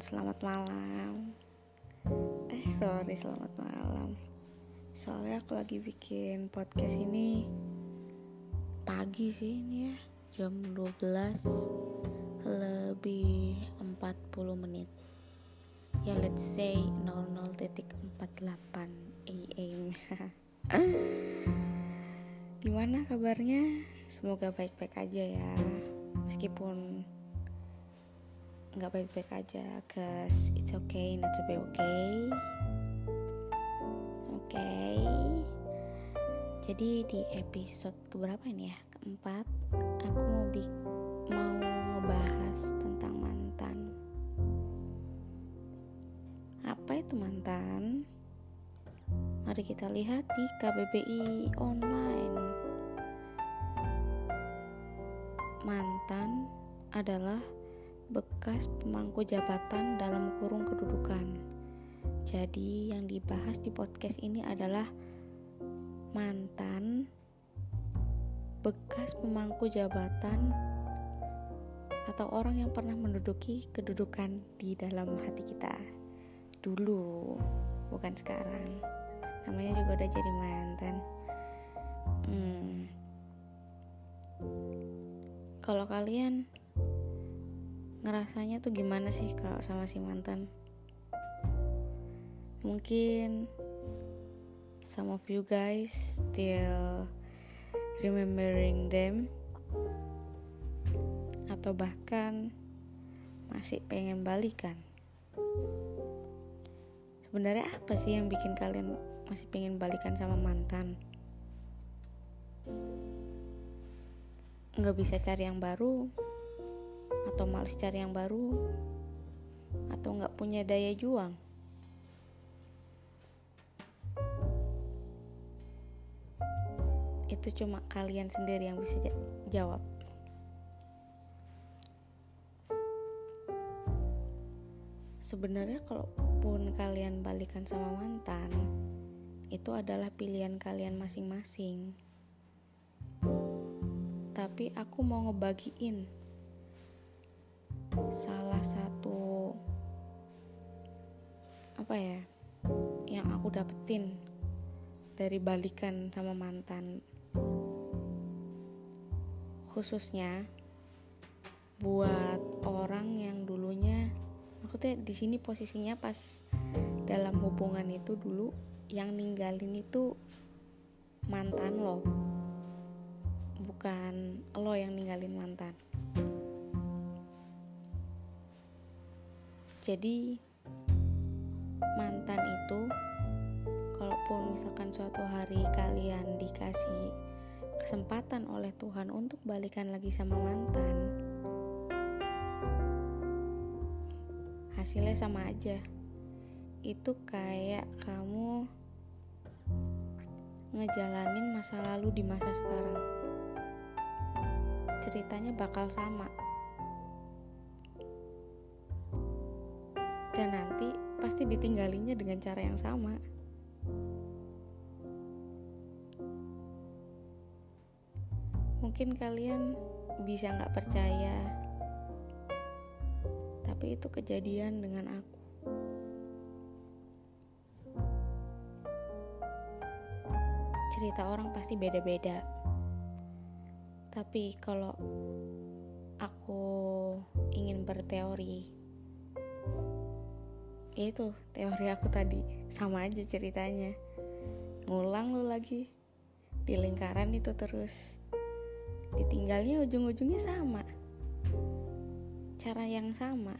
selamat malam. Selamat malam. Soalnya aku lagi bikin podcast ini pagi sih ini ya, jam 12 lebih 40 menit. Ya let's say 00.48 AM. Gimana kabarnya? Semoga baik-baik aja ya. Meskipun nggak baik-baik aja, cause it's okay not to be okay. Okay. Jadi di episode keberapa ini ya? Keempat, aku mau ngebahas tentang mantan. Apa itu mantan? Mari kita lihat di KBBI online. Mantan adalah bekas pemangku jabatan dalam kurung kedudukan. Jadi yang dibahas di podcast ini adalah mantan bekas pemangku jabatan atau orang yang pernah menduduki kedudukan di dalam hati kita dulu, bukan sekarang. Namanya juga udah jadi mantan. Kalau kalian ngerasanya tuh gimana sih kalau sama si mantan? Mungkin some of you guys still remembering them, atau bahkan masih pengen balikan. Sebenarnya apa sih yang bikin kalian masih pengen balikan sama mantan? Nggak bisa cari yang baru, atau malas cari yang baru, atau nggak punya daya juang? Itu cuma kalian sendiri yang bisa jawab. Sebenarnya kalaupun kalian balikan sama mantan, itu adalah pilihan kalian masing-masing. Tapi aku mau ngebagiin salah satu yang aku dapetin dari balikan sama mantan, khususnya buat orang yang dulunya, aku tuh di sini posisinya pas dalam hubungan itu dulu yang ninggalin itu mantan lo, bukan lo yang ninggalin mantan. Jadi mantan itu, kalaupun misalkan suatu hari kalian dikasih kesempatan oleh Tuhan untuk balikan lagi sama mantan, hasilnya sama aja. Itu kayak kamu ngejalanin masa lalu di masa sekarang. Ceritanya bakal sama. Dan nanti pasti ditinggalinya dengan cara yang sama. Mungkin kalian bisa gak percaya, tapi itu kejadian dengan aku. Cerita orang pasti beda-beda. Tapi kalau aku ingin berteori, ya itu teori aku tadi, sama aja ceritanya. Ngulang lu lagi di lingkaran itu terus. Ditinggalnya ujung-ujungnya sama. Cara yang sama.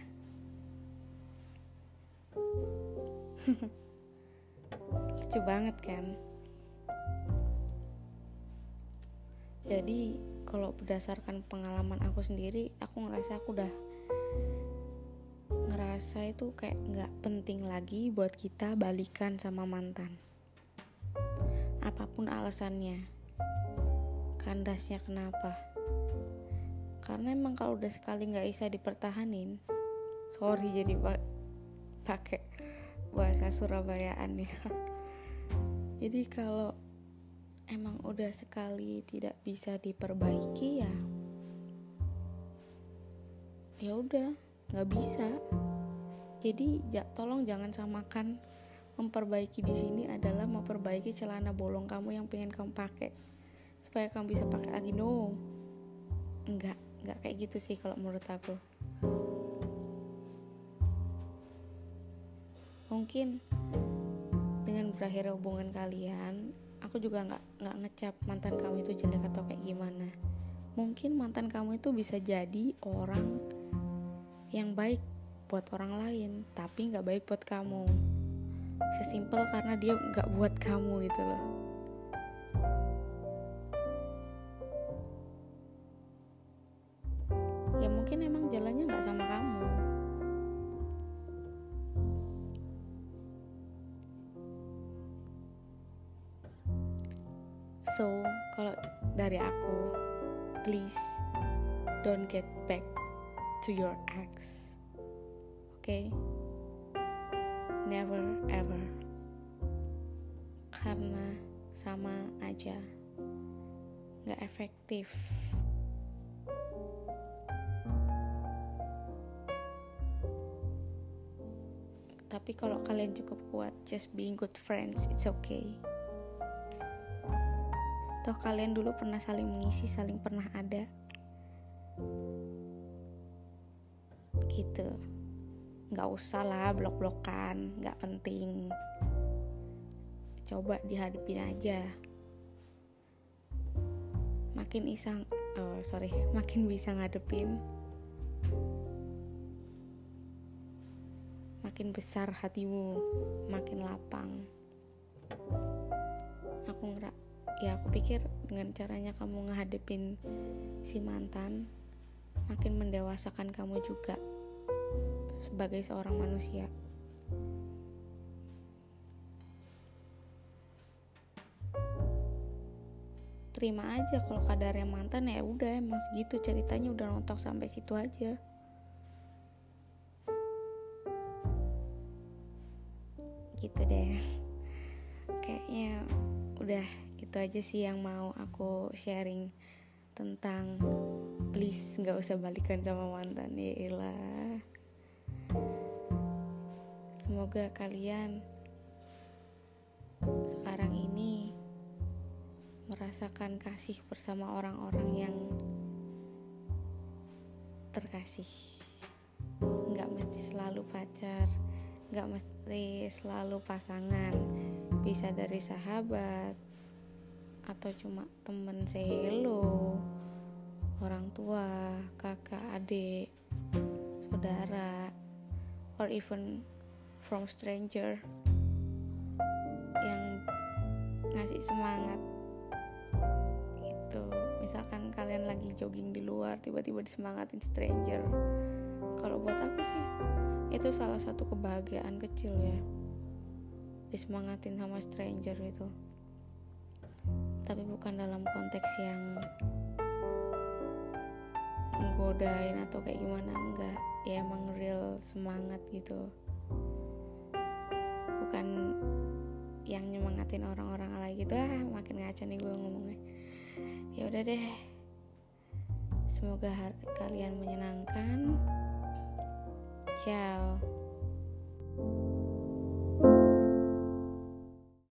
Lucu banget kan? Jadi kalau berdasarkan pengalaman aku sendiri, aku ngerasa itu kayak gak penting lagi buat kita balikan sama mantan. Apapun alasannya, kandasnya kenapa. Karena emang kalau udah sekali gak bisa dipertahanin, sorry jadi pakai bahasa Surabayaan ya. Jadi kalau emang udah sekali tidak bisa diperbaiki, ya udah nggak bisa. Jadi tolong jangan samakan memperbaiki di sini adalah memperbaiki celana bolong kamu yang pengen kamu pakai supaya kamu bisa pakai lagi. No, enggak kayak gitu sih kalau menurut aku. Mungkin dengan berakhir hubungan kalian, aku juga nggak ngecap mantan kamu itu jelek atau kayak gimana. Mungkin mantan kamu itu bisa jadi orang yang baik buat orang lain, tapi nggak baik buat kamu. Sesimpel karena dia nggak buat kamu gitu loh. Ya mungkin emang jalannya nggak sama kamu. So, kalau dari aku, please don't get back to your ex. Okay? Never ever. Karena sama aja gak efektif. Tapi kalau kalian cukup kuat, just being good friends, it's okay. Toh kalian dulu pernah saling mengisi, saling pernah ada gitu. Gak usah lah blok-blokan, gak penting. Coba dihadapin aja. Makin bisa ngadepin, makin besar hatimu, makin lapang. Aku pikir dengan caranya kamu ngehadepin si mantan, makin mendewasakan kamu juga sebagai seorang manusia. Terima aja kalau kadarnya mantan, ya udah emang segitu ceritanya, udah nontok sampai situ aja. Gitu deh. Kayaknya udah itu aja sih yang mau aku sharing tentang please gak usah balikan sama mantan. Yaelah. Semoga kalian sekarang ini merasakan kasih bersama orang-orang yang terkasih. Gak mesti selalu pacar, gak mesti selalu pasangan, bisa dari sahabat atau cuma temen say hello, orang tua, kakak, adik, saudara, or even from stranger yang ngasih semangat gitu. Misalkan kalian lagi jogging di luar, tiba-tiba disemangatin stranger. Kalau buat aku sih itu salah satu kebahagiaan kecil ya, disemangatin sama stranger itu. Tapi bukan dalam konteks yang menggodain atau kayak gimana, enggak. Ya emang real semangat gitu. Bukan yang nyemangatin orang-orang alay gitu. Makin ngaco nih gue ngomongnya. Ya udah deh. Semoga kalian menyenangkan. Ciao.